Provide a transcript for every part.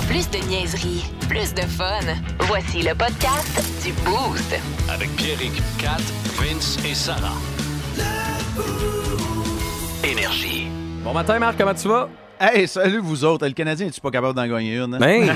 Plus de niaiserie, plus de fun. Voici le podcast du Boost. Avec Pierrick, Kat, Vince et Sarah. Énergie. Bon matin, Marc, comment tu vas? Hey, salut vous autres. Le Canadien, es-tu pas capable d'en gagner une? Hein? Ben!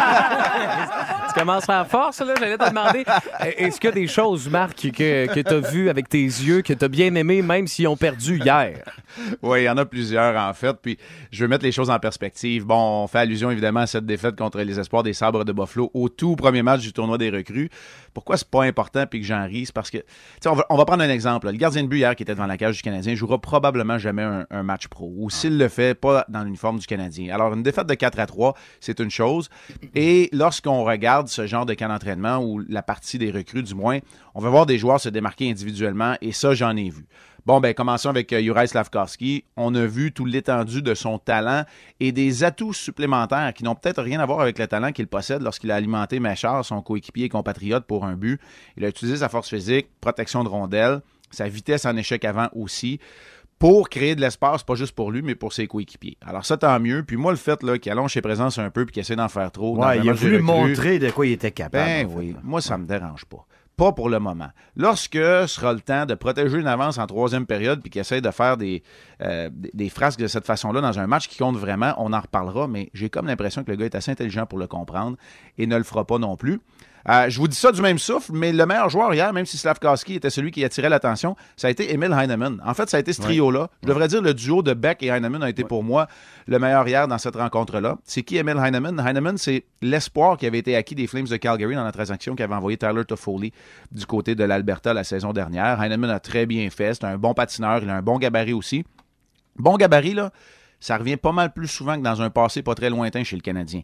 Tu commences à force, là. J'allais te demander, est-ce qu'il y a des choses, Marc, que tu as vues avec tes yeux, que tu as bien aimé, même s'ils ont perdu hier? Oui, il y en a plusieurs, en fait. Puis, je veux mettre les choses en perspective. Bon, on fait allusion, évidemment, à cette défaite contre les Espoirs des Sabres de Buffalo au tout premier match du tournoi des recrues. Pourquoi c'est pas important puis que j'en ris? C'est parce que, tu sais, on va prendre un exemple. Là. Le gardien de but hier qui était devant la cage du Canadien jouera probablement jamais un match pro. Ou s'il le fait, pas dans l'uniforme du Canadien. Alors, une défaite de 4-3, c'est une chose. Et lorsqu'on regarde ce genre de camp d'entraînement, ou la partie des recrues du moins, on va voir des joueurs se démarquer individuellement, et ça, j'en ai vu. Bon, ben commençons avec Juraj Slafkovský. On a vu tout l'étendue de son talent et des atouts supplémentaires qui n'ont peut-être rien à voir avec le talent qu'il possède lorsqu'il a alimenté Méchard, son coéquipier et compatriote, pour un but. Il a utilisé sa force physique, protection de rondelle, sa vitesse en échec avant aussi, pour créer de l'espace, pas juste pour lui, mais pour ses coéquipiers. Alors ça, tant mieux. Puis moi, le fait là, qu'il allonge ses présences un peu puis qu'il essaie d'en faire trop... Ouais, il a voulu montrer de quoi il était capable. Ben oui, moi, ça me dérange pas. Pas pour le moment. Lorsque sera le temps de protéger une avance en troisième période puis qu'il essaie de faire des frasques de cette façon-là dans un match qui compte vraiment, on en reparlera, mais j'ai comme l'impression que le gars est assez intelligent pour le comprendre et ne le fera pas non plus. Je vous dis ça du même souffle, mais le meilleur joueur hier, même si Slafkovský était celui qui attirait l'attention, ça a été Emil Heineman. En fait, ça a été ce trio-là. Je devrais dire le duo de Beck et Heineman a été pour moi le meilleur hier dans cette rencontre-là. C'est qui Emil Heineman? Heineman, c'est l'espoir qui avait été acquis des Flames de Calgary dans la transaction qu'avait envoyé Tyler Toffoli du côté de l'Alberta la saison dernière. Heineman a très bien fait. C'est un bon patineur. Il a un bon gabarit aussi. Bon gabarit, là, ça revient pas mal plus souvent que dans un passé pas très lointain chez le Canadien.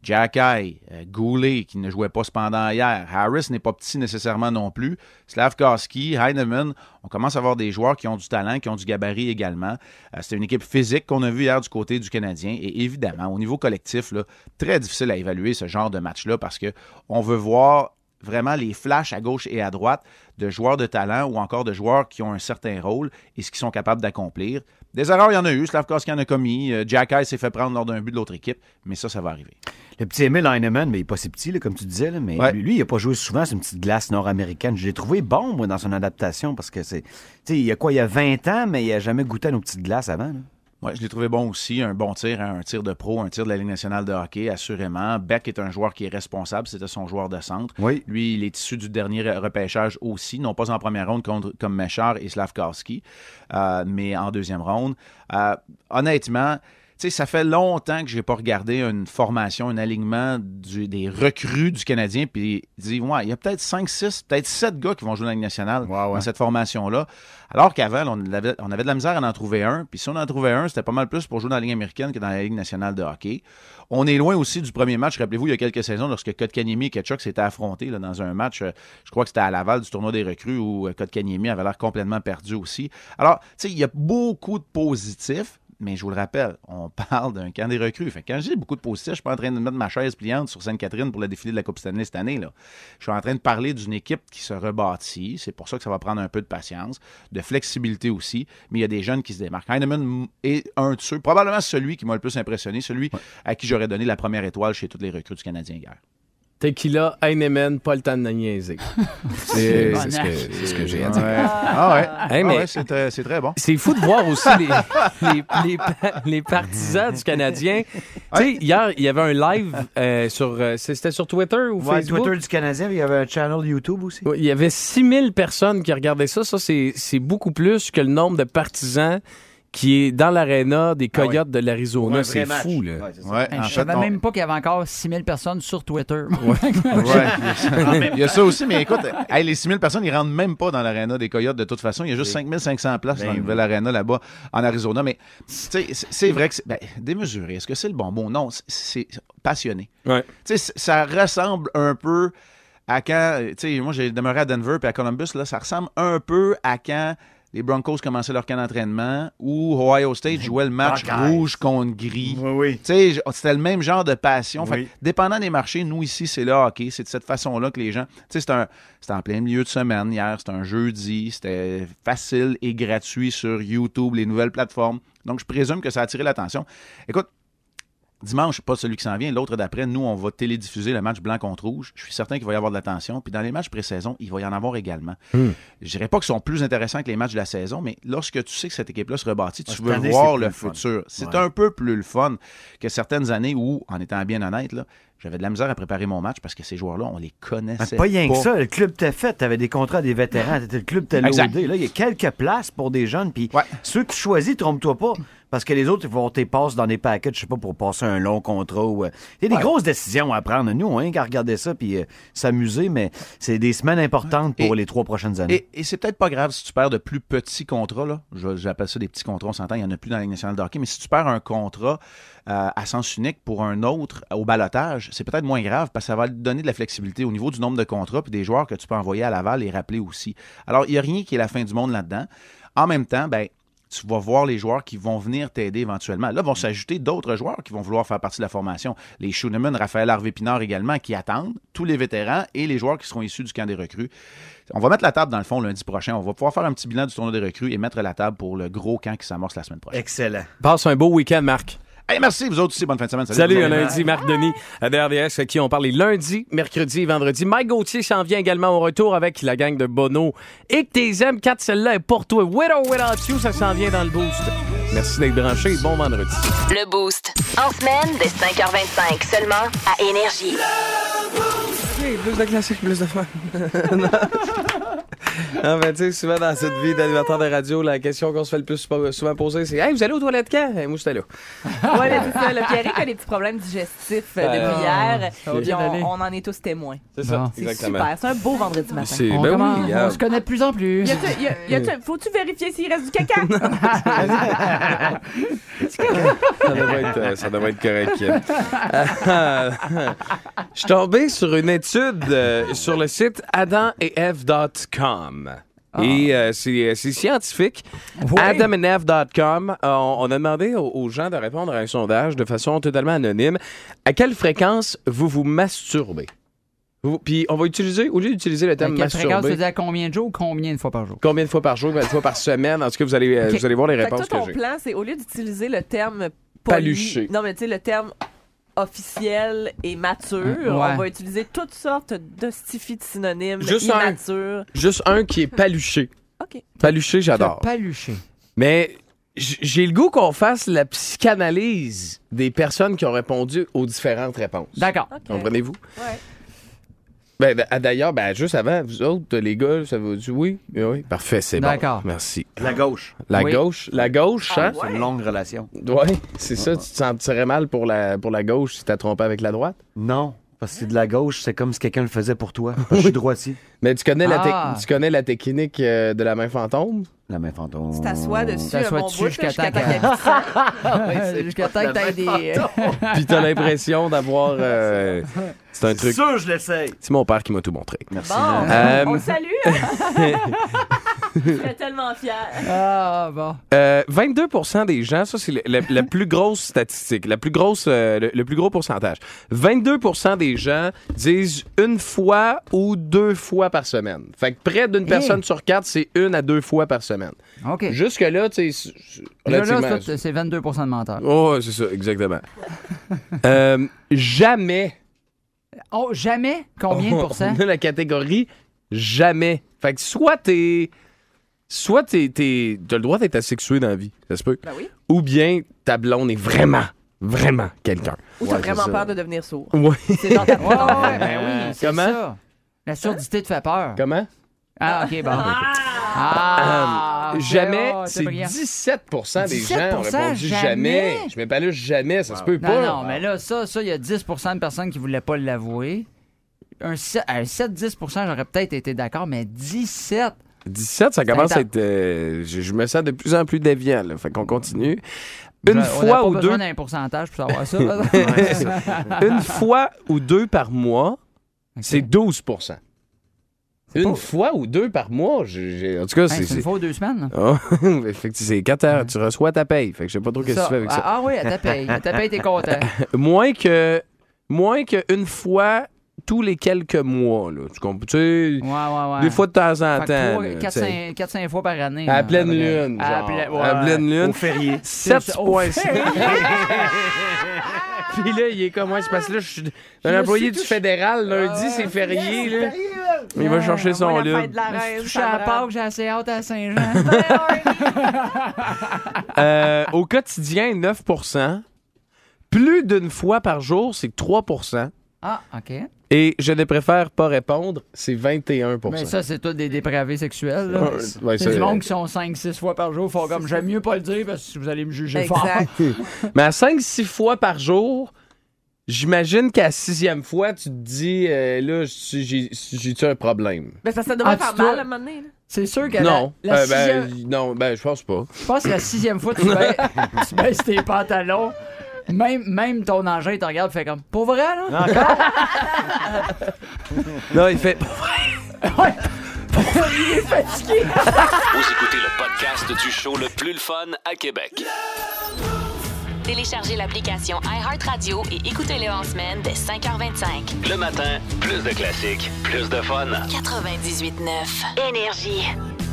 Jacky, Goulet, qui ne jouait pas cependant hier. Harris n'est pas petit nécessairement non plus. Slafkovský, Heineman, on commence à avoir des joueurs qui ont du talent, qui ont du gabarit également. C'était une équipe physique qu'on a vue hier du côté du Canadien. Et évidemment, au niveau collectif, là, très difficile à évaluer ce genre de match-là parce qu'on veut voir vraiment les flashs à gauche et à droite de joueurs de talent ou encore de joueurs qui ont un certain rôle et ce qu'ils sont capables d'accomplir. Des erreurs, il y en a eu. Slafkovský en a commis. Jacky s'est fait prendre lors d'un but de l'autre équipe. Mais ça va arriver. Le petit Emil Heineman, mais il n'est pas si petit, là, comme tu disais, là, mais lui, il n'a pas joué souvent sur une petite glace nord-américaine. Je l'ai trouvé bon, moi, dans son adaptation, parce que c'est... Tu sais, il y a 20 ans, mais il n'a jamais goûté à nos petites glaces avant, là. Oui, je l'ai trouvé bon aussi. Un bon tir, un tir de pro, un tir de la Ligue nationale de hockey, assurément. Beck est un joueur qui est responsable. C'était son joueur de centre. Oui. Lui, il est issu du dernier repêchage aussi. Non pas en première ronde comme Méchard et Slafkovský, mais en deuxième ronde. Honnêtement, tu sais, ça fait longtemps que je n'ai pas regardé une formation, un alignement des recrues du Canadien, puis il y a peut-être 5, 6, peut-être 7 gars qui vont jouer dans la Ligue nationale dans cette formation-là. Alors qu'avant, on avait de la misère à en trouver un, puis si on en trouvait un, c'était pas mal plus pour jouer dans la Ligue américaine que dans la Ligue nationale de hockey. On est loin aussi du premier match, rappelez-vous, il y a quelques saisons, lorsque Kotkaniemi et Tkachuk s'étaient affrontés là, dans un match, je crois que c'était à Laval du tournoi des recrues, où Kotkaniemi avait l'air complètement perdu aussi. Alors, tu sais, il y a beaucoup de positifs, mais je vous le rappelle, on parle d'un camp des recrues. Fait que quand je dis beaucoup de positifs, je suis pas en train de mettre ma chaise pliante sur Sainte-Catherine pour le défilé de la Coupe Stanley cette année, là. Je suis en train de parler d'une équipe qui se rebâtit. C'est pour ça que ça va prendre un peu de patience, de flexibilité aussi. Mais il y a des jeunes qui se démarquent. Heineman est un de ceux, probablement celui qui m'a le plus impressionné, celui à qui j'aurais donné la première étoile chez toutes les recrues du Canadien hier. Tequila, Heineman, pas le temps de niaiser. C'est ce que j'ai à dire. C'est très bon. C'est fou de voir aussi les partisans du Canadien. Tu sais, hier, il y avait un live c'était sur Twitter ou Facebook? Twitter du Canadien, il y avait un channel YouTube aussi. Il y avait 6000 personnes qui regardaient ça. Ça, c'est beaucoup plus que le nombre de partisans qui est dans l'aréna des Coyotes de l'Arizona. C'est fou, là. Je ne savais même pas qu'il y avait encore 6000 personnes sur Twitter. Il y a ça aussi, mais écoute, les 6000 personnes, ils rentrent même pas dans l'aréna des Coyotes de toute façon. Il y a juste 5500 places dans la nouvelle aréna là-bas en Arizona. Mais c'est vrai que c'est démesuré. Est-ce que c'est le bon mot? Non, c'est passionné. Ouais. Ça ressemble un peu à quand... Moi, j'ai demeuré à Denver puis à Columbus. Là, ça ressemble un peu à quand les Broncos commençaient leur camp d'entraînement où Ohio State jouait le match rouge contre gris. Oui. C'était le même genre de passion. Fait, dépendant des marchés, nous ici, c'est le hockey. C'est de cette façon-là que les gens... C'était en plein milieu de semaine hier. C'était un jeudi. C'était facile et gratuit sur YouTube, les nouvelles plateformes. Donc, je présume que ça a attiré l'attention. Écoute, Dimanche, pas celui qui s'en vient, l'autre d'après, nous, on va télédiffuser le match blanc contre rouge. Je suis certain qu'il va y avoir de l'attention. Puis dans les matchs pré-saison, il va y en avoir également. Je dirais pas qu'ils sont plus intéressants que les matchs de la saison, mais lorsque tu sais que cette équipe-là se rebâtit, tu veux voir le futur. C'est un peu plus le fun que certaines années où, en étant bien honnête, là, j'avais de la misère à préparer mon match parce que ces joueurs-là, on les connaissait pas. Rien que ça. Le club t'a fait. T'avais des contrats des vétérans. Le club t'a loadé. Là, il y a quelques places pour des jeunes. Puis ceux que tu choisis, trompe-toi pas. Parce que les autres, ils vont te passer dans des paquets, je sais pas, pour passer un long contrat. Il y a des grosses décisions à prendre. Nous, on a rien qu'à regarder ça puis s'amuser, mais c'est des semaines importantes pour les 3 prochaines années. Et c'est peut-être pas grave si tu perds de plus petits contrats. Là. J'appelle ça des petits contrats, on s'entend, il n'y en a plus dans la Ligue nationale de hockey, mais si tu perds un contrat à sens unique pour un autre au ballottage, c'est peut-être moins grave parce que ça va te donner de la flexibilité au niveau du nombre de contrats puis des joueurs que tu peux envoyer à Laval et rappeler aussi. Alors, il n'y a rien qui est la fin du monde là-dedans. En même temps, tu vas voir les joueurs qui vont venir t'aider éventuellement. Là, vont s'ajouter d'autres joueurs qui vont vouloir faire partie de la formation. Les Schooneman, Raphaël Harvey-Pinard également, qui attendent, tous les vétérans et les joueurs qui seront issus du camp des recrues. On va mettre la table, dans le fond, lundi prochain. On va pouvoir faire un petit bilan du tournoi des recrues et mettre la table pour le gros camp qui s'amorce la semaine prochaine. Excellent. Passe un beau week-end, Marc. Hey, merci, vous autres aussi. Bonne fin de semaine. Salut, un lundi, Marc Denis, à DRDS, à qui on parle les lundis, mercredis et vendredis. Mike Gauthier s'en vient également au retour avec la gang de Bono. Et que tes aimes, 4, celle-là est pour toi. With or without you, ça s'en vient dans le boost. Merci d'être branché. Bon vendredi. Le boost. En semaine, dès 5h25, seulement à Énergie. Oui, plus de classiques, plus de fun. Non, mais tu sais, souvent dans cette vie d'animateur de radio, la question qu'on se fait le plus souvent poser, c'est « Hey, vous allez aux toilettes quand? » Moi, j'étais là. Oui, c'est ça. Le Pierrick a des petits problèmes digestifs depuis hier. Puis on en est tous témoins. C'est ça, C'est exactement. super. C'est un beau vendredi matin. On se connaît de plus en plus. Faut-tu vérifier s'il reste du caca? Ça devrait être correct. Je suis tombé sur une étude sur le site adamandeve.com. Et c'est scientifique. Ouais. Adamandeve.com. On a demandé aux gens de répondre à un sondage de façon totalement anonyme. À quelle fréquence vous masturbez? Puis on va utiliser, au lieu d'utiliser le terme Quelle fréquence, masturber... tu veux dire combien de jours ou combien de fois par jour? Combien de fois par jour? Combien de fois par semaine? En tout cas, vous allez voir les Fait réponses que toi, que ton j'ai. plan, c'est au lieu d'utiliser le terme Paluché. Non, mais tu sais, le terme officiel et mature, Ouais. on va utiliser toutes sortes d'hostifis de synonymes Juste immatures. Juste un qui est paluché. OK. Paluché, j'adore. Paluché. Mais j'ai le goût qu'on fasse la psychanalyse des personnes qui ont répondu aux différentes réponses. D'accord. OK. Comprenez-vous? Ouais. D'ailleurs, juste avant, vous autres, les gars, ça vous dit oui? Oui. Parfait, c'est bon. D'accord. Merci. La gauche. La Oui. gauche, hein? C'est une longue relation. Oui, c'est ça. Tu te sentirais mal pour la gauche si t'as trompé avec la droite? Non, parce que de la gauche, c'est comme si quelqu'un le faisait pour toi. Parce que je suis droitier. Mais tu connais, Ah. tu connais la technique de la main fantôme? La main fantôme. Tu t'assois dessus, T'assois mon dessus bout, jusqu'à jusqu'à temps temps qu'il habite. Jusqu'à temps que t'aies des... Puis t'as l'impression d'avoir... c'est un truc... Ça, je l'essaye. C'est mon père qui m'a tout montré. Merci. Bon, on le salue. Je serais tellement fière. Ah, bon. 22% des gens, ça c'est la plus grosse statistique, le plus gros pourcentage. 22% des gens disent une fois ou 2 fois par semaine. Fait que près d'une personne sur 4, c'est 1 à 2 fois par semaine. OK. Jusque-là, tu sais, Là, relativement... c'est 22% de menteurs. Oh, c'est ça, exactement. Jamais. Oh, jamais? Combien de pourcents? On a la catégorie jamais. Fait que soit t'as le droit d'être asexué dans la vie, ça se peut. Ben oui. Ou bien ta blonde est vraiment quelqu'un. Ou t'as Ouais, vraiment c'est ça. peur de devenir sourd. Oui. C'est genre ta Ouais, ouais, ben oui, c'est Comment? ça. La surdité te fait peur. Comment? Ah, OK, bon. Jamais, oh, c'est brillant. 17% des gens ont 17%, répondu jamais. Je m'épalus jamais, ça se peut Non, pas. non, mais là, ça, il y a 10% de personnes qui voulaient pas l'avouer. Un 7-10%, j'aurais peut-être été d'accord, mais 17%. 17, ça commence à être... je me sens de plus en plus déviant, là. Fait qu'on continue. Une fois ou deux... On n'a pas besoin d'un pourcentage pour savoir ça. Une fois ou 2 par mois, c'est 12%. Une fois ou 2 par mois, en tout cas, C'est une fois ou 2 semaines. Là. Oh, effectivement, c'est 4 heures. Tu reçois ta paye. Fait que je sais pas trop ce que tu fais avec ça. Ah oui, à ta paye. À ta paye, t'es content. Moins qu'une fois tous les quelques mois. Là. Tu comprends? Tu sais, Ouais. des fois de temps en temps. 4-5 fois par année. À la là, pleine à peu près. lune. À genre. la À la pleine lune. Au férié. 7,5. Puis là, il est comme, c'est parce que là, je suis un employé du fédéral. Lundi, c'est férié, là. Il va chercher son la livre. fête de la reine, Je suis à Pâques, j'ai assez hâte à Saint-Jean. Au quotidien, 9%. Plus d'une fois par jour, c'est 3%. Ah, OK. Et je ne préfère pas répondre, c'est 21%. Mais ça, c'est tous des dépravés sexuels. Là. Ouais, c'est du monde qui sont 5-6 fois par jour. Faut comme, j'aime mieux pas le dire parce que vous allez me juger Exact. fort. Mais à 5-6 fois par jour, j'imagine qu'à la 6e fois, tu te dis, là, j'ai-tu un problème? Ben, ça devrait faire toi- mal à un moment donné. Là. C'est sûr que Non. la sixième... Non, je pense pas. Je pense que la 6e fois, tu baisses tes pantalons. Même ton engin te regarde et fait comme, pour vrai, là? Non, il fait... Ouais. Il est fatigué. Vous écoutez le podcast du show le plus le fun à Québec. Téléchargez l'application iHeartRadio et écoutez-le en semaine dès 5h25. Le matin, plus de classiques, plus de fun. 98.9 Énergie.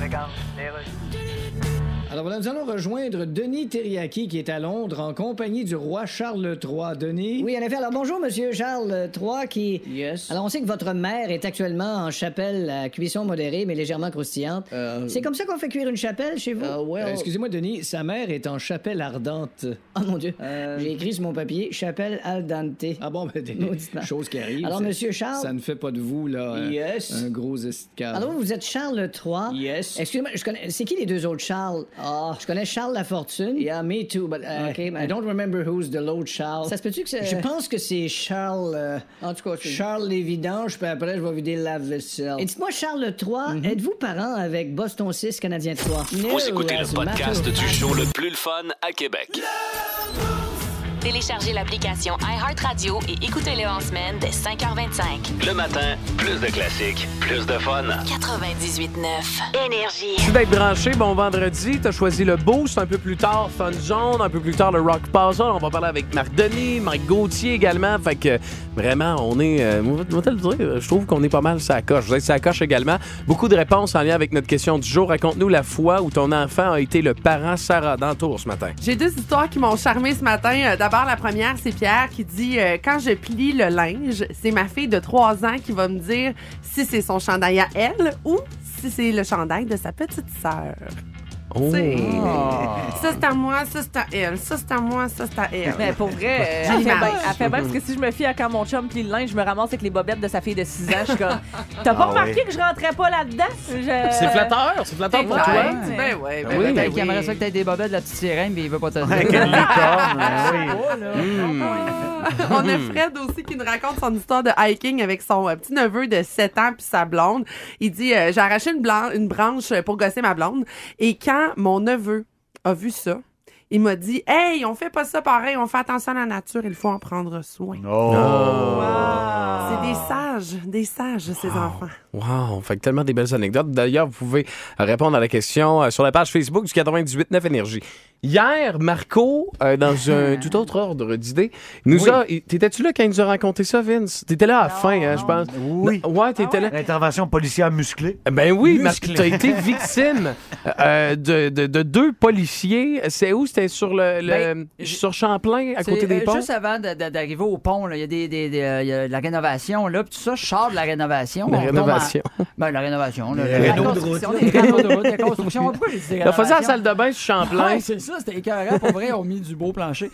Alors voilà, nous allons rejoindre Denis Terriaki qui est à Londres en compagnie du roi Charles III. Denis? Oui, en effet. Alors, bonjour, Monsieur Charles III, qui... Yes. Alors, on sait que votre mère est actuellement en chapelle à cuisson modérée, mais légèrement croustillante. C'est comme ça qu'on fait cuire une chapelle chez vous? Excusez-moi, Denis, sa mère est en chapelle ardente. Oh, mon Dieu. J'ai écrit sur mon papier, chapelle al dente. Ah bon, ben, des Mauditement. choses qui arrivent. Alors, ça- Monsieur Charles... Ça ne fait pas de vous, là, Yes. un gros escave. Alors, vous êtes Charles III. Yes. Excusez-moi, je connais... C'est qui les deux autres Charles? Je connais Charles Lafortune. Yeah, me too, but OK, I don't remember who's the l'autre Charles. Ça se peut-tu que c'est... Je pense que c'est Charles... En tout cas, c'est... Charles Lévidange, puis après, je vais vider le lave-vaisselle. Et dites-moi, Charles III, êtes-vous parent avec Boston 6 Canadien 3? Vous écoutez le podcast du show le plus le fun à Québec. Téléchargez l'application iHeartRadio et écoutez-le en semaine dès 5h25. Le matin, plus de classiques, plus de fun. 98.9 Énergie. Merci d'être branché. Bon vendredi. T'as choisi le Boost un peu plus tard, Fun Zone, un peu plus tard le Rock Puzzle. On va parler avec Marc Denis, Marc Gauthier également. Fait que vraiment, on est, moi, je vais te le dire, je trouve qu'on est pas mal sur la coche. Vous êtes sur la coche également. Beaucoup de réponses en lien avec notre question du jour. Raconte-nous la fois où ton enfant a été le parent Sarah dans le tour ce matin. J'ai deux histoires qui m'ont charmé ce matin. D'abord, la première, c'est Pierre qui dit quand je plie le linge, c'est ma fille de 3 ans qui va me dire si c'est son chandail à elle ou si c'est le chandail de sa petite sœur. Oh. Ça, c'est à moi, ça, c'est à elle. Ça, c'est à moi, ça, c'est à elle. Mais pour vrai, J'ai elle fait bien. l'image. Elle fait bien parce que si je me fie à quand mon chum plie le linge, je me ramasse avec les bobettes de sa fille de 6 ans. Je suis comme, t'as pas remarqué que je rentrais pas là-dedans? C'est flatteur pour toi. Ben ouais, Oui, ben ben, qui oui. aimerait ça que t'aies des bobettes de la petite sirène, mais il veut pas te le Avec dire. une licorne, oui. On a Fred aussi qui nous raconte son histoire de hiking avec son petit neveu de 7 ans puis sa blonde. Il dit j'ai arraché une branche pour gosser ma blonde et quand mon neveu a vu ça, il m'a dit hey, on fait pas ça pareil, on fait attention à la nature, il faut en prendre soin. C'est des sages ces enfants. Wow, fait que tellement des belles anecdotes. D'ailleurs, vous pouvez répondre à la question sur la page Facebook du 98.9 Énergie. Hier, Marco, dans un tout autre ordre d'idées, t'étais-tu là quand il nous a raconté ça, Vince? T'étais là à la fin, hein, je pense. Oui. Ouais, t'étais là. L'intervention policière musclée. Ben oui, Musclé. Marco, t'as été victime de 2 policiers. C'est où? C'était sur sur Champlain, à côté des ponts? Juste avant d'arriver au pont, là, il y a il y a de la rénovation, là, puis tout ça, je sors de la rénovation. La on tombe rénovation. La rénovation. Là, Les la rénaux de construction, route. les rénaux de route, la construction. Pourquoi j'ai dit des On faisait la rénovations? salle de bain sur Champlain. Ouais, c'est ça, c'était écœurant. Pour vrai, on a mis du beau plancher.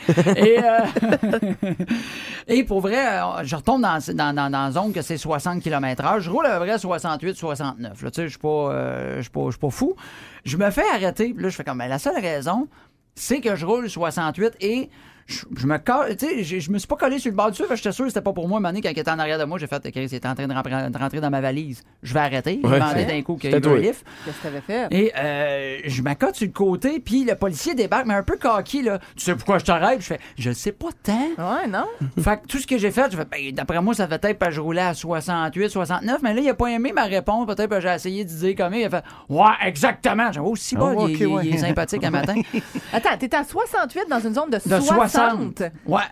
Et pour vrai, je retombe dans la zone que c'est 60 km/h. Je roule à vrai 68, 69. Là, tu sais, je suis pas fou. Je me fais arrêter. Puis là, je fais comme, la seule raison, c'est que je roule 68 et je me colle, tu sais, je me suis pas collé sur le bord du feu, j'étais sûr que c'était pas pour moi. Une année, quand il était en arrière de moi, j'ai fait, Chris, il était en train de rentrer dans ma valise. Je vais arrêter. Il m'a demandé d'un coup qu'il y ait un lift. Qu'est-ce que t'avais fait? Et je m'accote sur le côté, puis le policier débarque, mais un peu coquille, là. Tu sais pourquoi je t'arrête? Je fais, je sais pas tant. Ouais, non? Fait que tout ce que j'ai fait, d'après moi, ça fait peut-être parce que je roulais à 68, 69, mais là, il a pas aimé ma réponse. Peut-être que j'ai essayé de dire comme il a fait, ouais, exactement. J'ai aussi bon, il est sympathique un matin. Attends, t'étais à 68 dans une zone de 60. 60. Ouais.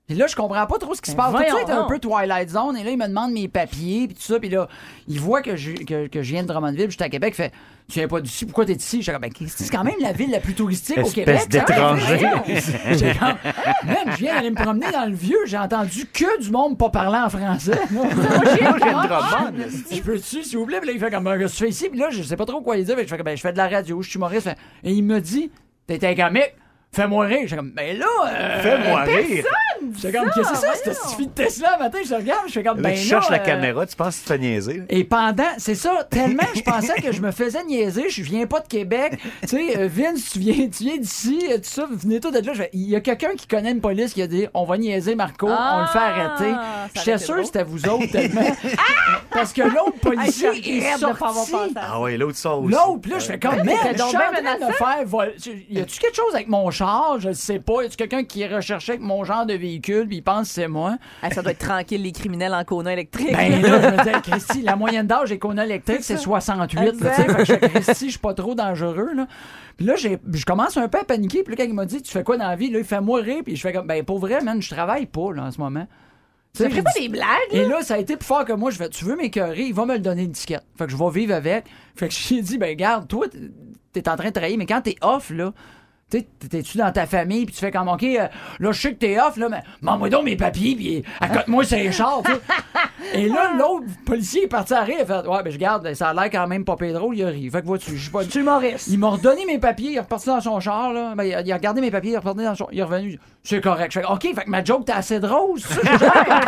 Puis là, je comprends pas trop ce qui se passe. Tout ça est un peu Twilight Zone. Et là, il me demande mes papiers, puis tout ça. Puis là, il voit que je viens de Drummondville, puis je suis à Québec. Il fait, tu viens pas d'ici, pourquoi t'es ici? Je suis comme, ben, c'est quand même la ville la plus touristique au Québec. Espèce d'étranger. J'ai comme, même, je viens d'aller me promener dans le vieux, j'ai entendu que du monde pas parlant en français. Moi, je viens de Drummond. Je peux-tu, s'il vous plaît? Puis là, il fait comme, qu'est-ce que tu fais ici? Puis là, je sais pas trop quoi il dit. Je fais comme, ben, je fais de la radio, je suis humoriste. Et il me dit, t'es un comique. Fais-moi rire. J'étais comme, ben là. Fais-moi rire. J'étais comme, qu'est-ce que c'est ça, cette fille de Tesla, matin? Je regarde, je fais comme, ben là. Tu cherches la caméra, tu penses que tu te fais niaiser. Et pendant, c'est ça, tellement je pensais que je me faisais niaiser, je viens pas de Québec. Tu sais, Vince, tu viens d'ici, tout ça, vous venez tous de là. Il y a quelqu'un qui connaît une police qui a dit, on va niaiser Marco, on le fait arrêter. J'étais sûr que c'était vous autres tellement. Parce que l'autre policier est sorti. Ah oui, l'autre sort aussi. L'autre, puis là, je fais comme, merde, je suis en train de me faire voler. Y a-tu quelque chose avec mon char? Je sais pas. Y a-tu quelqu'un qui est recherché avec mon genre de véhicule, puis il pense que c'est moi? Ça doit être tranquille, les criminels en Kona électrique. Ben là, je me disais, Christy, la moyenne d'âge des Kona électriques, c'est 68. Là, fait que je fais, Christy, je suis pas trop dangereux, là. Puis là, je commence un peu à paniquer. Puis là, quand il m'a dit, tu fais quoi dans la vie? Là, il fait mourir. Puis je fais comme, ben, pour vrai, man, je travaille pas, là, en ce moment. Tu fais pas des blagues? Et là, ça a été plus fort que moi. Je fais, tu veux m'écœurer? Il va me le donner une étiquette. Fait que je vais vivre avec. Fait que j'ai dit, ben, garde, toi, t'es en train de travailler, mais quand t'es off, là, t'es-tu dans ta famille, puis tu fais comme, OK, là, je sais que t'es off, là, mais m'envoie donc mes papiers, puis accote-moi sur les chars, tu sais. Et là, l'autre policier est parti à rire, il a fait, ouais, ben, je garde, ça a l'air quand même pas drôle, il a ri. Fait que vois-tu, je suis pas. Tu humoriste. Il m'a redonné mes papiers, il est reparti dans son char, là. Ben, il a regardé mes papiers, il est reparti dans son. Il est revenu. C'est correct. Je fais, OK, fait que ma joke, t'es assez drôle, ça. Le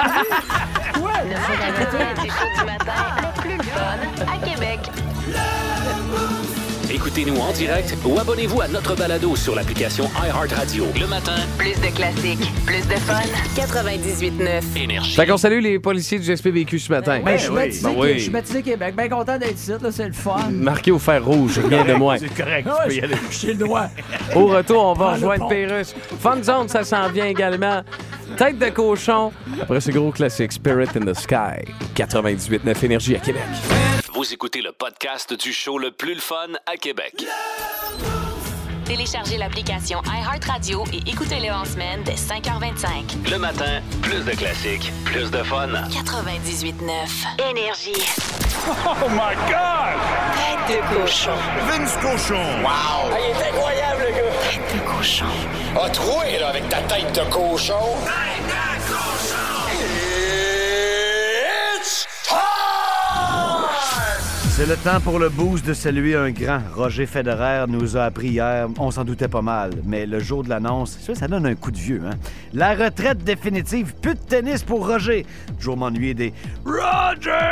show du matin, le plus fun à Québec. Écoutez-nous en direct ou abonnez-vous à notre balado sur l'application iHeartRadio. Le matin, Plus de classiques, plus de fun. 98.9. Énergie. Fait qu'on salue les policiers du SPVQ ce matin. Ben, je suis baptisé Québec. Ben content d'être ici, là, c'est le fun. Marqué au fer rouge, rien de moins. C'est correct, Ah, tu peux y aller. j'ai le doigt. Au retour, on va Prends le rejoindre pont. Pérusse. Fun Zone, ça s'en vient également. Tête de cochon. Après ce gros classique, Spirit in the Sky. 98.9 Énergie à Québec. Vous écoutez le podcast du show le plus le fun à Québec. Téléchargez l'application iHeartRadio et écoutez-le en semaine dès 5h25. Le matin, plus de classiques, plus de fun. 98.9 Énergie. Oh my God! Tête de cochon. Vince Cochon! Wow! il est incroyable, le gars! Tête de cochon. A troué, là, avec ta tête de cochon! Tête de cochon! It's time! C'est le temps pour le boost de saluer un grand. Roger Federer nous a appris hier, on s'en doutait pas mal, mais le jour de l'annonce, ça donne un coup de vieux, hein? La retraite définitive, plus de tennis pour Roger. Toujours m'ennuyer des « Roger »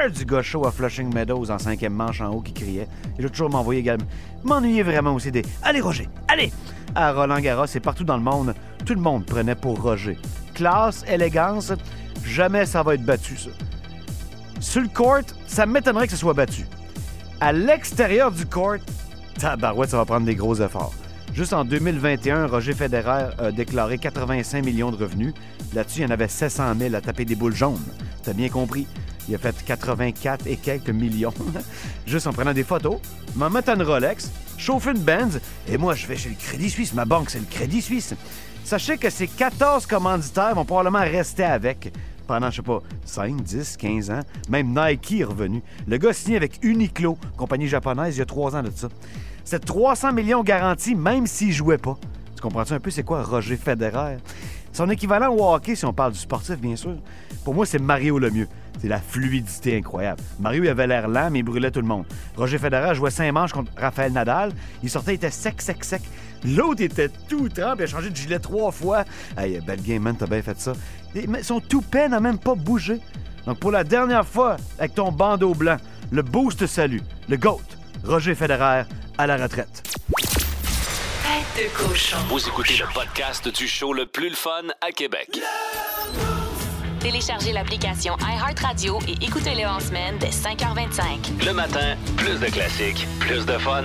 du gars chaud à Flushing Meadows en 5e manche en haut qui criait. Et j'ai toujours m'envoyer également. M'ennuyer vraiment aussi des « Allez Roger, allez » à Roland-Garros et partout dans le monde, tout le monde prenait pour Roger. Classe, élégance, jamais ça va être battu, ça. Sur le court, ça m'étonnerait que ce soit battu. À l'extérieur du court, tabarouette, ça va prendre des gros efforts. Juste en 2021, Roger Federer a déclaré 85 millions de revenus. Là-dessus, il y en avait 700 000 à taper des boules jaunes. T'as bien compris? Il a fait 84 et quelques millions. Juste en prenant des photos, m'en mettant une Rolex, chauffer une Benz, et moi, je vais chez le Crédit Suisse. Ma banque, c'est le Crédit Suisse. Sachez que ces 14 commanditaires vont probablement rester avec pendant, je sais pas, 5, 10, 15 ans. Même Nike est revenu. Le gars a signé avec Uniqlo, compagnie japonaise, il y a 3 ans de ça. C'est 300 millions garantis, même s'il jouait pas. Tu comprends-tu un peu c'est quoi Roger Federer? Son équivalent au hockey, si on parle du sportif, bien sûr, pour moi, c'est Mario Lemieux. C'est la fluidité incroyable. Mario, il avait l'air lent, mais il brûlait tout le monde. Roger Federer jouait 5 manches contre Rafael Nadal. Il sortait, il était sec. L'autre était tout trempe, il a changé de gilet 3 fois. Hey, belle game, man, t'as bien fait ça. Son toupet n'a même pas bougé. Donc, pour la dernière fois, avec ton bandeau blanc, le boost salue, le GOAT, Roger Federer, à la retraite. Tête de cochon. Vous écoutez le podcast du show le plus le fun à Québec. Téléchargez l'application iHeartRadio et écoutez-le en semaine dès 5h25. Le matin, plus de classiques, plus de fun.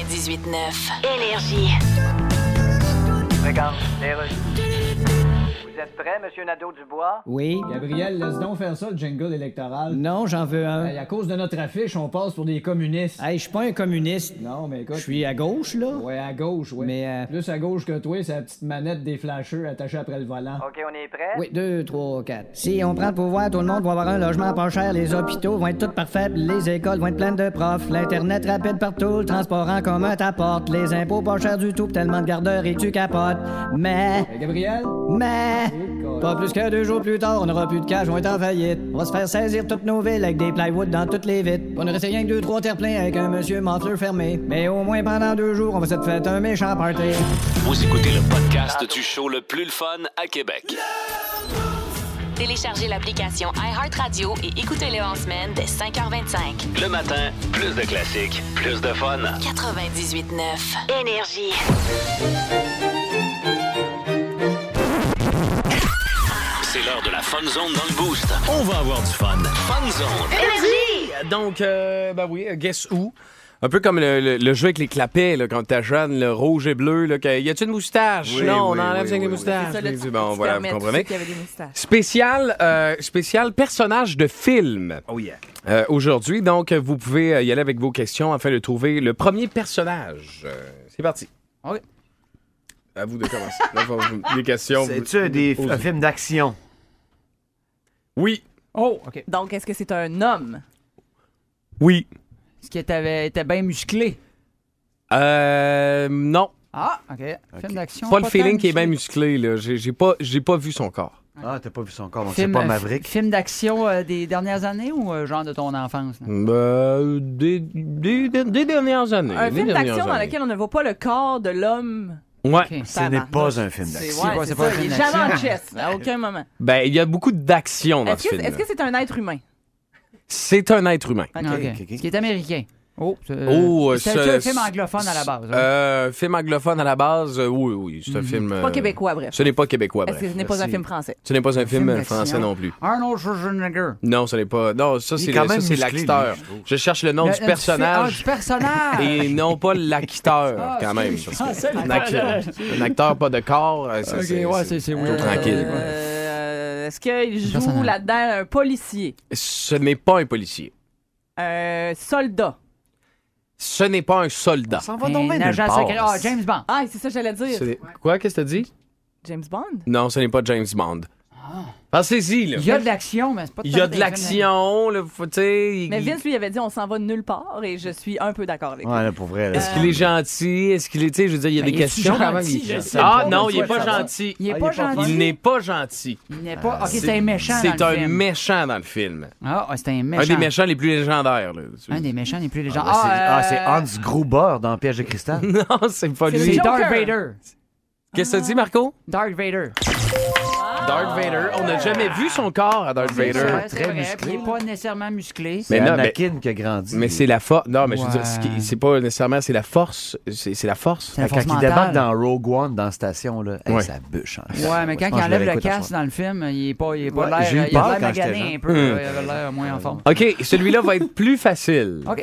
98.9 Énergie. Regarde, les rues. Vous êtes prêt, Monsieur Nadeau-Dubois? Oui. Gabriel, laisse donc faire ça, le jingle électoral. Non, j'en veux un. À cause de notre affiche, on passe pour des communistes. Hey, je suis pas un communiste. Non, mais écoute. Je suis à gauche, là. Ouais, à gauche, ouais. Mais plus à gauche que toi, c'est la petite manette des flasheurs attachée après le volant. OK, on est prêt? Oui, 2, 3, 4. Si on prend le pouvoir, tout le monde va avoir un logement pas cher, les hôpitaux vont être tous parfaits, les écoles vont être pleines de profs, l'Internet rapide partout, le transport en commun t'apporte, les impôts pas chers du tout, tellement de garderies tu capotes. Mais... Gabriel? Mais... Pas plus que 2 jours plus tard, on n'aura plus de cash, on va être en faillite. On va se faire saisir toutes nos villes avec des plywood dans toutes les vitres. On ne restait rien que 2-3 terre-pleins avec un monsieur manteleur fermé. Mais au moins pendant 2 jours, on va se faire un méchant party. Vous écoutez le podcast du show le plus le fun à Québec. Téléchargez l'application iHeartRadio et écoutez-le en semaine dès 5h25. Le matin, plus de classiques, plus de fun. 98.9 Énergie. C'est l'heure de la Fun Zone dans le Boost. On va avoir du fun. Fun Zone. Énergie! Donc, ben oui, Guess Who? Un peu comme le jeu avec les clapets, là, quand t'es jeune, le rouge et bleu. Là, y a-t-il une moustache? Oui, non, oui, on enlève oui, avec les oui, moustaches. C'est ça, Bon, voilà, vous comprenez. qu'il y avait des moustaches. Spécial personnage de film. Oh yeah. Aujourd'hui, donc, vous pouvez y aller avec vos questions afin de trouver le premier personnage. C'est parti. Oui. À vous de commencer. Là, les questions. C'est-tu un film d'action? Oui. Oh, OK. Donc, est-ce que c'est un homme? Oui. Est-ce qu'il était bien musclé? Non. Ah, OK. Film d'action. Pas le feeling tant qui est bien musclé. musclé, là. J'ai pas vu son corps. Ah, t'as pas vu son corps, donc c'est pas Maverick. Film d'action des dernières années ou genre de ton enfance? Des dernières années. Un des film dernières d'action dans années. lequel on ne voit pas le corps de l'homme. Ouais. Okay. Ce n'est pas un film d'action. C'est pas un film Il est d'action. jamais en chess, à aucun moment. Ben, il y a beaucoup d'action dans ce film. Est-ce que c'est un être humain? C'est un être humain. OK. Ce qui est américain. C'est un film anglophone à la base. Film anglophone à la base, oui. C'est un film... Pas québécois, bref. Ce n'est pas québécois, Est-ce bref. que ce n'est pas un film français? Ce n'est pas un film d'action. français non plus. Arnold Schwarzenegger. Non, ce n'est pas... Non, ça, c'est l'acteur. Je cherche le nom du personnage. Du personnage. Et non pas l'acteur, quand même. Un acteur, pas de corps. C'est weird. Tranquille. Est-ce qu'il joue là-dedans un policier? Ce n'est pas un policier. Un soldat? Ce n'est pas un soldat. Ça va tomber Un nulle agent part. secret. Ah, James Bond. Ah, c'est ça que j'allais dire. Quoi, qu'est-ce que t'as dit? James Bond? Non, ce n'est pas James Bond. Pensez-y, là. Il y a de l'action, mais c'est pas tout Il y a à fait de l'action, là, tu sais. Mais Vince, lui, avait dit on s'en va nulle part et je suis un peu d'accord avec lui. Ouais, là, pour vrai. Là. Est-ce qu'il est gentil? Est-ce qu'il est, tu sais, je veux dire, il y a des questions quand même. Non, il n'est pas gentil. Il n'est pas gentil. Il n'est pas gentil. Il n'est pas. OK, c'est un méchant. C'est dans le un film. méchant dans le film. Ah, c'est un méchant. Un des méchants les plus légendaires, là. Un des méchants les plus légendaires. C'est Hans Gruber dans Piège de cristal. Non, c'est pas lui. C'est Darth Vader. Qu'est-ce que tu dis, Marco? Darth Vader. Darth Vader. On n'a jamais vu son corps à Darth Vader. Très musclé. Il n'est pas nécessairement musclé. C'est Anakin qui a grandi. Mais c'est la force. Non, mais je veux dire, c'est pas nécessairement, c'est la force. C'est la force. C'est la force quand il débarque dans Rogue One, dans la station, là, ça bûche. Ouais, mais quand il enlève le casque dans le film, il est pas l'air. J'ai eu Il a peur l'air quand j'étais magané un peu. Il avait l'air moins en forme. OK, celui-là va être plus facile. OK.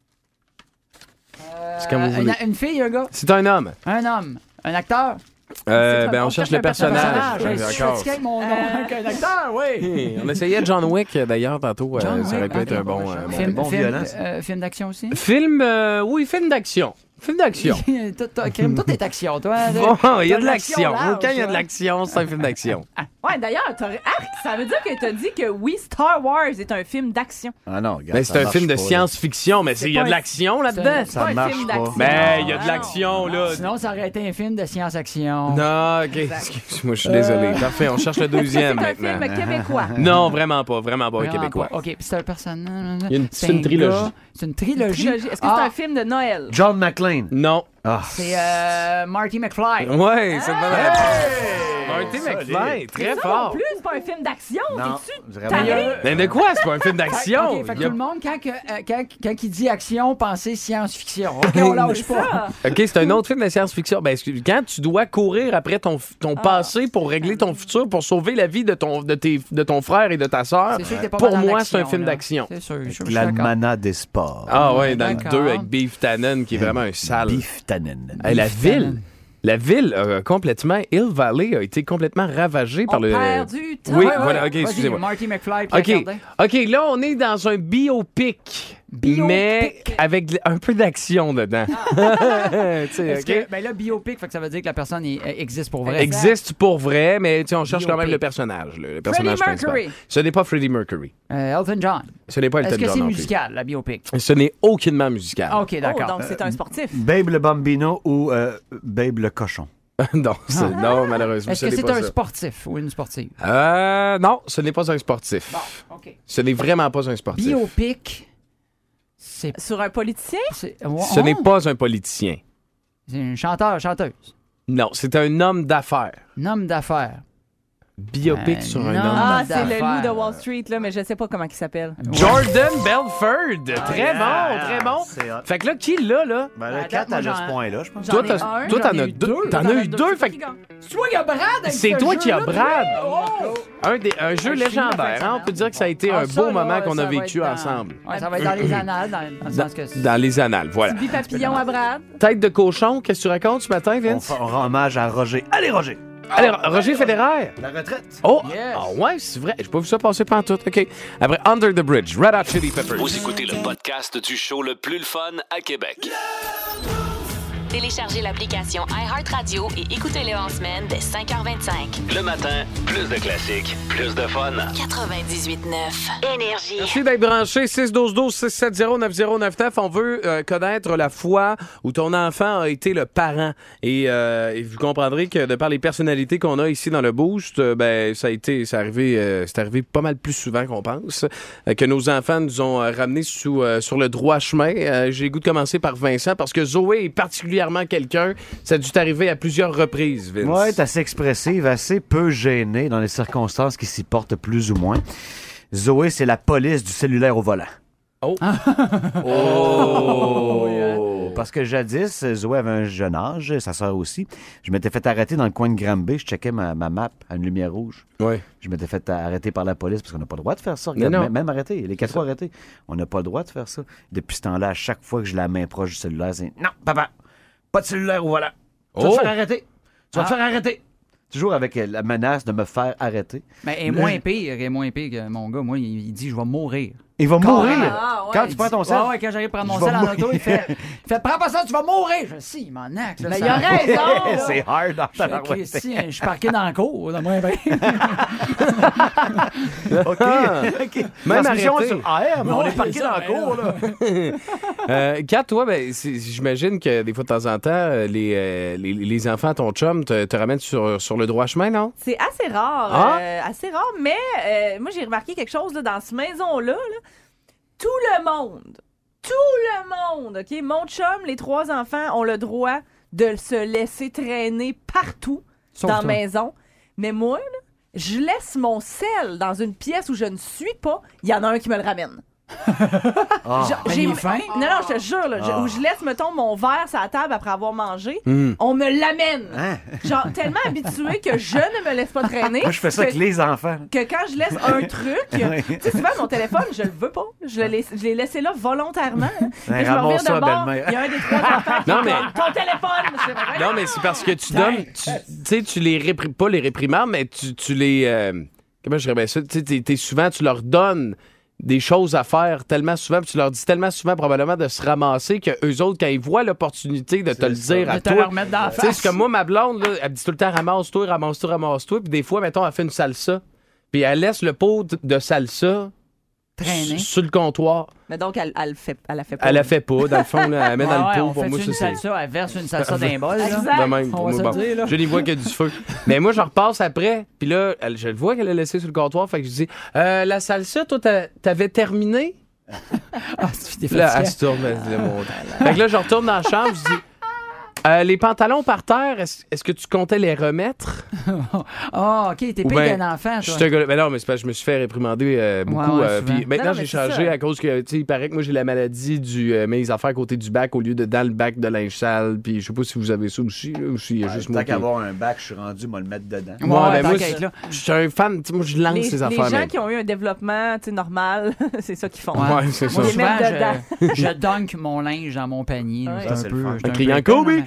C'est comme vous voulez. Une fille, un gars? C'est un homme. Un homme. Un acteur? On cherche le personnage. Je suis fatigué avec mon nom. Un acteur, oui. On essayait John Wick, d'ailleurs, tantôt. Ça aurait pu être un bon violence. Film d'action aussi? Oui, film d'action. Film d'action. Tout est action, toi. Bon, il y a de l'action. Quand il y a de l'action, c'est un film d'action. Ouais, d'ailleurs, ça veut dire que t'as dit que oui, Star Wars est un film d'action. Ah non, regarde. Mais c'est un film de science-fiction, mais il y a de l'action là-dedans. C'est pas un film d'action. Mais il y a de l'action, là. Sinon, ça aurait été un film de science-action. Non, OK. Excuse-moi, je suis désolé. Parfait, on cherche le deuxième maintenant. C'est un film québécois. Non, vraiment pas québécois. OK, puis c'est un personnage. C'est une trilogie. C'est une trilogie. Est-ce que c'est un film de Noël? John McClane. Non. C'est Marty McFly. Ouais, c'est une bonne réponse. Marty McFly, très fort. Non plus, c'est pas un film d'action. Non, vraiment. Mais de quoi? C'est pas un film d'action. OK, fait que tout le monde, quand il dit action, pensez science-fiction. OK, on lâche pas. OK, c'est un autre film de science-fiction. Ben, quand tu dois courir après ton passé pour régler ton futur, pour sauver la vie de ton frère et de ta sœur, pour moi, c'est un film d'action. C'est sûr. L'Almanach des sports. Ah ouais, dans le 2 avec Beef Tannen, qui est vraiment un sale. Beef Tannen. La ville. La ville complètement, Hill Valley a été complètement ravagée par le... On perd du temps. Oui, Ouais, voilà, ouais. OK, Vas-y, excusez-moi. Marty McFly, Pierre Cardin. OK, là, on est dans un biopic. Mais avec un peu d'action dedans. Est-ce que, ben là, biopic, fait que ça veut dire que la personne existe pour vrai. Existe pour vrai, mais on cherche quand même Biopic. le personnage. Le personnage Freddie principal. Mercury. Ce n'est pas Freddie Mercury. Elton John. Ce n'est pas Elton John. Est-ce que c'est non plus. musical, la biopic? Ce n'est aucunement musical. OK, d'accord. donc, c'est un sportif. Babe le Bambino ou Babe le cochon? Non, malheureusement. Est-ce que c'est un sportif ou une sportive? Non, ce n'est pas un sportif. Bon, OK. Ce n'est vraiment pas un sportif. Biopic, c'est... Sur un politicien? Ce n'est pas un politicien. C'est un chanteur, chanteuse. Non, c'est un homme d'affaires. Un homme d'affaires. Biopic sur un homme Ah, d'affaires. c'est le loup de Wall Street, là, mais je sais pas comment il s'appelle. Jordan Belford. Très bon, très bon. C'est hot. Fait que là, qui l'a, là? Ben là, 4 à ce point-là, je pense. Toi, t'en as deux. T'en as eu deux. Fait que C'est toi qui as Brad avec c'est ce toi qui as jeu-là, Brad. Oh! Un jeu légendaire. Hein? On peut dire que ça a été un ça, beau là, moment qu'on ça a va vécu être dans- ensemble. Ouais, ça va être dans les annales, dans le sens que... Dans les annales, voilà. Petit papillon à Brad. Tête de cochon, qu'est-ce que tu racontes ce matin, Vince? On rend hommage à Roger. Allez, Roger! Allez, Roger Federer. La retraite. Oh, Yes. ouais, c'est vrai. J'ai pas vu ça passer pantoute. OK. Après, Under the Bridge, Red Hot Chili Peppers. Vous écoutez le podcast du show le plus le fun à Québec. Téléchargez l'application iHeartRadio et écoutez-le en semaine dès 5h25. Le matin, plus de classiques, plus de fun. 98.9 Énergie. Merci d'être branché. 612-12-670-9099. On veut connaître la fois où ton enfant a été le parent. Et vous comprendrez que de par les personnalités qu'on a ici dans le Boost, c'est arrivé pas mal plus souvent qu'on pense. Que nos enfants nous ont ramenés sur le droit chemin. J'ai le goût de commencer par Vincent parce que Zoé est particulièrement quelqu'un. Ça a dû t'arriver à plusieurs reprises, Vince. Ouais, t'es assez expressive, assez peu gênée dans les circonstances qui s'y portent plus ou moins. Zoé, c'est la police du cellulaire au volant. Oh! Parce que jadis, Zoé avait un jeune âge, sa sœur aussi. Je m'étais fait arrêter dans le coin de Granby. Je checkais ma map à une lumière rouge. Ouais. Je m'étais fait arrêter par la police parce qu'on n'a pas le droit de faire ça. Mais non. Même arrêté. Les 4 fois arrêtés. On n'a pas le droit de faire ça. Depuis ce temps-là, à chaque fois que je la main proche du cellulaire, c'est « Non, papa, pas de cellulaire au volant. Tu vas te faire arrêter. Tu vas te faire arrêter. » Toujours avec la menace de me faire arrêter. Mais elle est moins pire que mon gars. Moi, il dit « Je vais mourir ». Il va mourir. Ah, ouais. Quand tu prends ton sel. Ouais, quand j'arrive à prendre mon Je vais sel en mourir. auto, il fait prends pas ça, tu vas mourir. Je dis, si, il m'en axe. Ben, il a raison. C'est hard dans ta Je suis parqué dans le cours, de moins bien. OK. Même Transmission arrêté. sur AR, mais on Ouais, est parqué c'est dans ça, le cours, là. Kat, toi, j'imagine que des fois, de temps en temps, les enfants, ton chum, te ramènent sur le droit chemin, non? C'est assez rare. Ah? Assez rare, mais moi, j'ai remarqué quelque chose là, dans cette maison-là. Là. Tout le monde, OK? Mon chum, les 3 enfants ont le droit de se laisser traîner partout Sauf dans la toi. maison. Mais moi, là, je laisse mon sel dans une pièce où je ne suis pas. Il y en a un qui me le ramène. Mais il est fin. Non, je te jure, là, où je laisse, mettons, mon verre sur la table après avoir mangé, Hmm. on me l'amène. Hein? Genre, tellement habitué que je ne me laisse pas traîner. Moi, je fais ça avec les enfants. Que quand je laisse un truc, tu sais, souvent, mon téléphone, je le veux pas. Je l'ai laissé là volontairement. Hein. Ouais, Puis je me ramasse reviens ça, de bord, belle-mère. il y a un des 3 enfants qui Non, est mais- comme, ton téléphone! Je fais, ben, Non, mais c'est parce que tu donnes... Tu sais, tu les réprimes... Pas les réprimandes, mais tu les... comment je dirais bien ça? Tu sais, souvent, tu leur donnes des choses à faire tellement souvent, puis tu leur dis tellement souvent probablement de se ramasser que eux autres, quand ils voient l'opportunité de te le dire à De te toi... le remettre dans la Tu sais, face. c'est comme moi, ma blonde, là, elle me dit tout le temps « ramasse-toi, ramasse-toi, ramasse-toi », puis des fois, mettons, elle fait une salsa, puis elle laisse le pot de salsa Traîner. sur le comptoir. Mais donc, elle a fait pas. Elle la fait pas, dans le fond, là, elle met dans le pot. On Pour fait moi, une ça, c'est... salsa, elle verse une salsa d'un bol. là. Exact. De même, On pour va moi, se bon. le dire, là. Je n'y vois que du feu. Mais moi, je repasse après, puis là, je le vois qu'elle a laissé sur le comptoir, fait que je dis la salsa, toi, t'avais terminé? Ah, t'es Là, fatigué. elle se tourne, elle dit, mon Dieu. Fait que là, je retourne dans la chambre, je dis les pantalons par terre, est-ce que tu comptais les remettre? Ah, OK, t'es Ou payé ben, d'un enfant, Je toi. suis un gars- mais non, mais c'est parce que je me suis fait réprimander beaucoup. Ouais, souvent. Puis maintenant, Non, j'ai mais c'est changé ça. à cause que, tu sais, il paraît que moi, j'ai la maladie du mes affaires à côté du bac au lieu de dans le bac de linge sale. Puis je sais pas si vous avez ça aussi, là, ou s'il y a juste moi Tant qui... qu'avoir un bac, je suis rendu, moi, le mettre dedans. Ouais, Ouais, ben moi, t'inquiète, là. je suis un fan, tu sais, moi, je lance ces Les affaires. gens mais- qui ont eu un développement tu sais, normal, c'est ça qu'ils font. Ouais, c'est ça. Moi, Les souvent, mettre dedans. je dunk mon linge dans mon panier. là. Ouais. C'est Ça, un c'est peu... le fun. j'étais En un criant peu- Kobe! Non,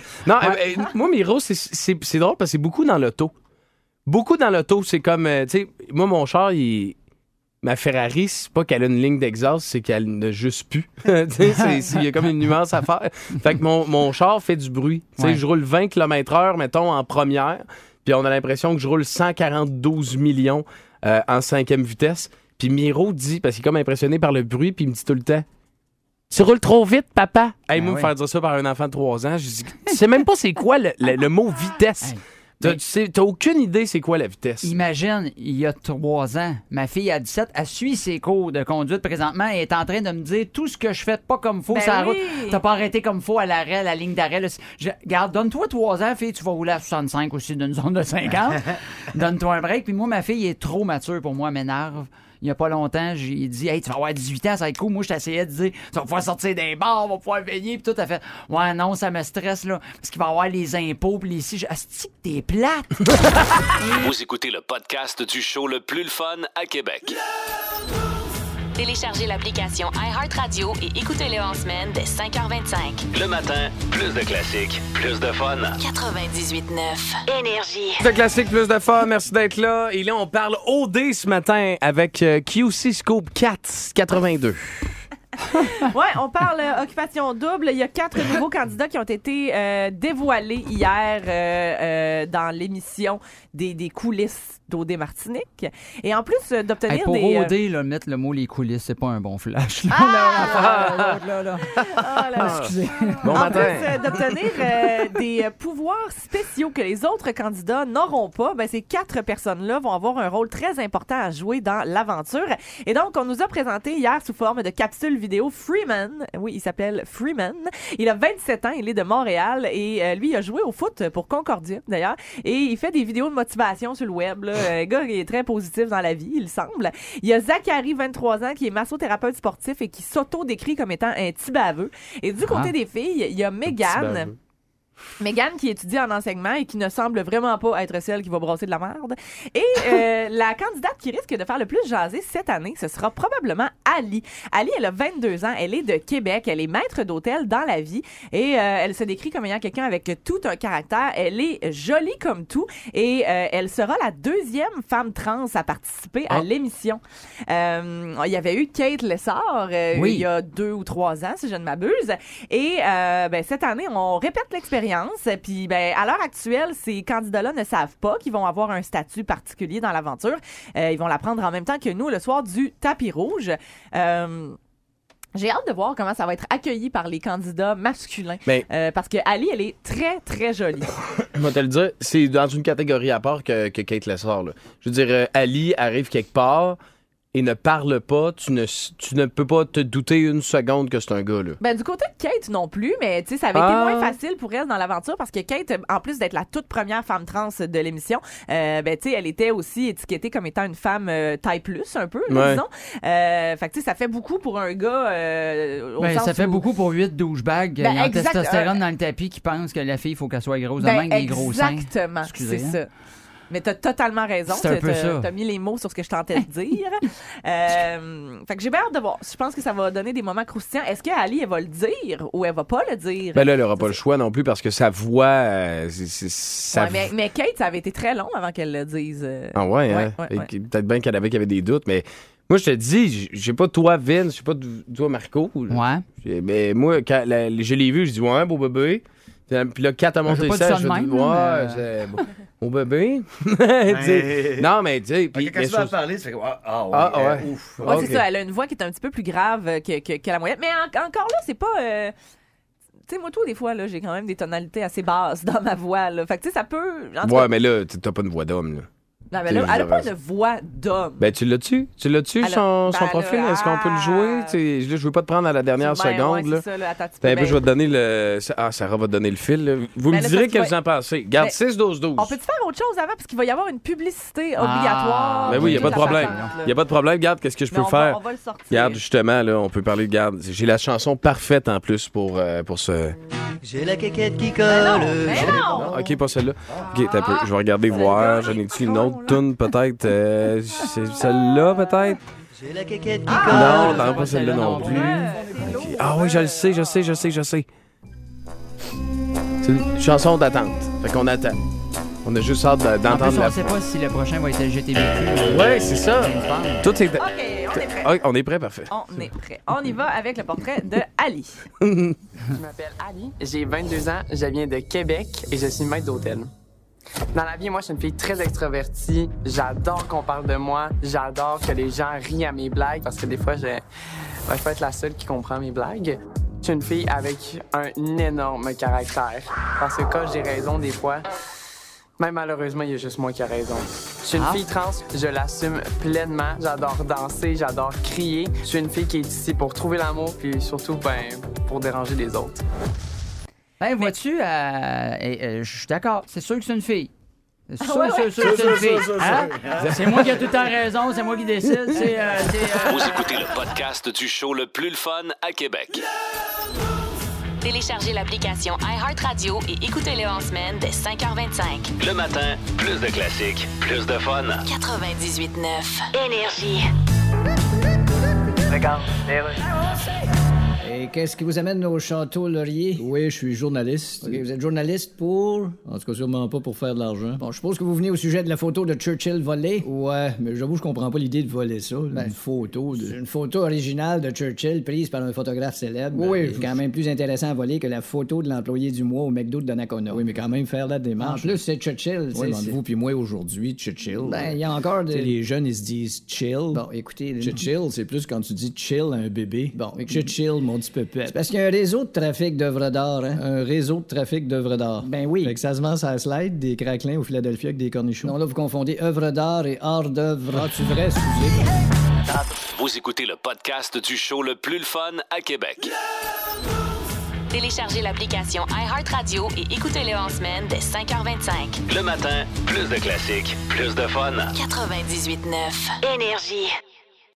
Non, moi, Miro, c'est drôle parce que c'est beaucoup dans l'auto. Beaucoup dans l'auto, c'est comme, tu sais, moi, mon char, ma Ferrari, c'est pas qu'elle a une ligne d'exhaust, c'est qu'elle n'a juste plus. Il y a comme une nuance à faire. Fait que mon char fait du bruit. Ouais. Je roule 20 km/h, mettons, en première, puis on a l'impression que je roule 142 millions en 5e vitesse. Puis Miro dit, parce qu'il est comme impressionné par le bruit, puis il me dit tout le temps, « Tu roules trop vite, papa! » Hey, moi, me faire dire ça par un enfant de 3 ans, je dis, tu sais même pas c'est quoi le mot vitesse. T'as aucune idée c'est quoi la vitesse. Imagine, il y a 3 ans, ma fille à 17, elle suit ses cours de conduite présentement et est en train de me dire tout ce que je fais pas comme faut sur la route. T'as pas arrêté comme faut à l'arrêt, la ligne d'arrêt. Regarde, donne-toi 3 ans, fille, tu vas rouler à 65 aussi d'une zone de 50. Donne-toi un break. Puis moi, ma fille est trop mature pour moi, elle m'énerve. Il n'y a pas longtemps, j'ai dit, hey, tu vas avoir 18 ans, ça va être cool. Moi, je t'essayais de dire, tu vas pouvoir sortir d'un bar, on va pouvoir veiller. Puis tout, a fait, ouais, non, ça me stresse, là. Parce qu'il va y avoir les impôts, puis les si. Asti que t'es plate. Vous écoutez le podcast du show le plus le fun à Québec. Téléchargez l'application iHeartRadio et écoutez-le en semaine dès 5h25. Le matin, plus de classiques, plus de fun. 98.9 Énergie. Plus de classiques, plus de fun. Merci d'être là. Et là, on parle OD ce matin avec QC Scoop 482. Ouais, on parle occupation double. Il y a 4 nouveaux candidats qui ont été dévoilés hier dans l'émission des coulisses d'OD Martinique. Et en plus d'obtenir pour des... OD, là, mettre le mot les coulisses, c'est pas un bon flash. Excusez. Bon matin. En plus d'obtenir des pouvoirs spéciaux que les autres candidats n'auront pas, ben, ces 4 personnes-là vont avoir un rôle très important à jouer dans l'aventure. Et donc, on nous a présenté hier sous forme de capsule vidéo Freeman. Oui, il s'appelle Freeman. Il a 27 ans, il est de Montréal et lui, il a joué au foot pour Concordia, d'ailleurs. Et il fait des vidéos de motivation sur le web. Là. Un gars qui est très positif dans la vie, il semble. Il y a Zachary, 23 ans, qui est massothérapeute sportif et qui s'auto-décrit comme étant un petit baveux. Et du côté des filles, il y a Mégane. Mégane qui étudie en enseignement et qui ne semble vraiment pas être celle qui va brasser de la merde. Et la candidate qui risque de faire le plus jaser cette année, ce sera probablement Ali. Ali, elle a 22 ans, elle est de Québec, elle est maître d'hôtel dans la vie et elle se décrit comme ayant quelqu'un avec tout un caractère. Elle est jolie comme tout et elle sera la 2e femme trans à participer à l'émission. Il y avait eu Kate Lessard il y a 2 ou 3 ans, si je ne m'abuse. Et cette année, on répète l'expérience. Puis, à l'heure actuelle, ces candidats-là ne savent pas qu'ils vont avoir un statut particulier dans l'aventure. Ils vont l'apprendre en même temps que nous le soir du tapis rouge. J'ai hâte de voir comment ça va être accueilli par les candidats masculins. Parce que Ali, elle est très, très jolie. Je vais te le dire, c'est dans une catégorie à part que Kate Lessard. Là. Je veux dire, Ali arrive quelque part et ne parle pas, tu ne peux pas te douter une seconde que c'est un gars, là. Du côté de Kate non plus, mais tu sais, ça avait été moins facile pour elle dans l'aventure parce que Kate, en plus d'être la toute première femme trans de l'émission, tu sais, elle était aussi étiquetée comme étant une femme taille plus, un peu, disons. Fait que tu sais, ça fait beaucoup pour un gars au sens ça fait où... beaucoup pour 8 douchebags en testostérone dans le tapis qui pensent que la fille, il faut qu'elle soit grosse de même, des gros seins. Exactement, c'est ça. Mais t'as totalement raison. T'as mis les mots sur ce que je tentais de dire. Fait que j'ai bien hâte de voir. Je pense que ça va donner des moments croustillants. Est-ce qu'Ali, elle va le dire ou elle va pas le dire? Là, elle aura pas le choix non plus parce que sa voix... mais Kate, ça avait été très long avant qu'elle le dise. Ah ouais, hein? Peut-être bien qu'il y avait des doutes, mais... Moi, je te dis, je sais pas toi, Vince, je sais pas toi, Marco. Ouais. Mais moi, quand je l'ai vu, je dis, ouais, beau bébé. Puis là, Kat a monté ça, je dis, c'est mon bébé. Non, mais tu sais. Quand tu vas parler, tu fais ouf. Ouais, c'est ça, elle a une voix qui est un petit peu plus grave que la moyenne. Mais encore là, c'est pas. Tu sais, moi, des fois, là, j'ai quand même des tonalités assez basses dans ma voix. Là. Fait que tu sais, ça peut. Mais là, t'as pas une voix d'homme, là. Non, mais là, elle n'a pas de voix d'homme. Tu l'as-tu? Son profil? Est-ce qu'on peut le jouer? Je veux pas te prendre à la dernière seconde. Ouais, c'est ça, là. Attends, je vais te donner le... Sarah va te donner le fil. Là. Vous me direz qu'elle vous en pensez. Garde 6-12-12. On peut-tu faire autre chose avant? Parce qu'il va y avoir une publicité obligatoire. Oui, il n'y a pas de problème. Il n'y a pas de problème. Garde, qu'est-ce que je peux faire? On va le sortir. Garde, justement, là, on peut parler de garde. J'ai la chanson parfaite en plus pour ce... J'ai la quéquette qui colle. Mais non! OK, pas celle-là. OK, t'as peu. Je vais regarder voir. J'en ai-tu une autre toune, peut-être? C'est celle-là, peut-être? J'ai la quéquette qui colle. Non, pas celle-là non plus. Okay. Ah oui, je le sais. C'est une chanson d'attente. Fait qu'on attend. On a juste hâte d'entendre. En plus, on ne sait pas si le prochain va être LGTB+. Ouais, c'est ça. Tout est... OK, on est prêt. On est prêt, parfait. On est prêt. On y va avec le portrait de Ali. Je m'appelle Ali, j'ai 22 ans, je viens de Québec et je suis maître d'hôtel. Dans la vie, moi, je suis une fille très extravertie. J'adore qu'on parle de moi. J'adore que les gens rient à mes blagues parce que des fois, je peux être la seule qui comprend mes blagues. Je suis une fille avec un énorme caractère. Parce que quand j'ai raison, des fois, même malheureusement, il y a juste moi qui a raison. Je suis une fille trans, je l'assume pleinement. J'adore danser, j'adore crier. Je suis une fille qui est ici pour trouver l'amour puis surtout, pour déranger les autres. Ben, vois-tu, je suis d'accord. C'est sûr que c'est une fille. C'est sûr, ouais. sûr que c'est une fille. Hein? C'est moi qui ai tout le temps raison, c'est moi qui décide. Vous écoutez le podcast du show le plus le fun à Québec. Téléchargez l'application iHeartRadio et écoutez-le en semaine dès 5h25. Le matin, plus de classiques, plus de fun. 98.9 Énergie. Regarde, Et qu'est-ce qui vous amène au Château Laurier? Oui, je suis journaliste. OK, vous êtes journaliste pour? En tout cas, sûrement pas pour faire de l'argent. Bon, je suppose que vous venez au sujet de la photo de Churchill volée? Ouais, mais j'avoue, je comprends pas l'idée de voler ça. Une photo de... C'est une photo originale de Churchill prise par un photographe célèbre. Oui, c'est quand même plus intéressant à voler que la photo de l'employé du mois au McDo de Donnacona. Oui, mais quand même faire la démarche. En plus, c'est Churchill. Oui, c'est vous puis moi aujourd'hui, Churchill. Ben, il y a encore des... Les jeunes, ils se disent chill. Bon, écoutez... Churchill, c'est plus quand tu dis chill à un bébé. Bon, Churchill, mon petit pépette. C'est parce qu'il y a un réseau de trafic d'œuvres d'art, hein? Un réseau de trafic d'œuvres d'art. Ben oui. Fait que ça se vend sur la slide, des craquelins au Philadelphia avec des cornichons. Non, là, vous confondez œuvres d'art et art d'œuvre. Ah, tu vrai, excusez. Vous écoutez le podcast du show le plus le fun à Québec. Téléchargez l'application iHeartRadio et écoutez-le en semaine dès 5h25. Le matin, plus de classiques, plus de fun. 98.9 Énergie.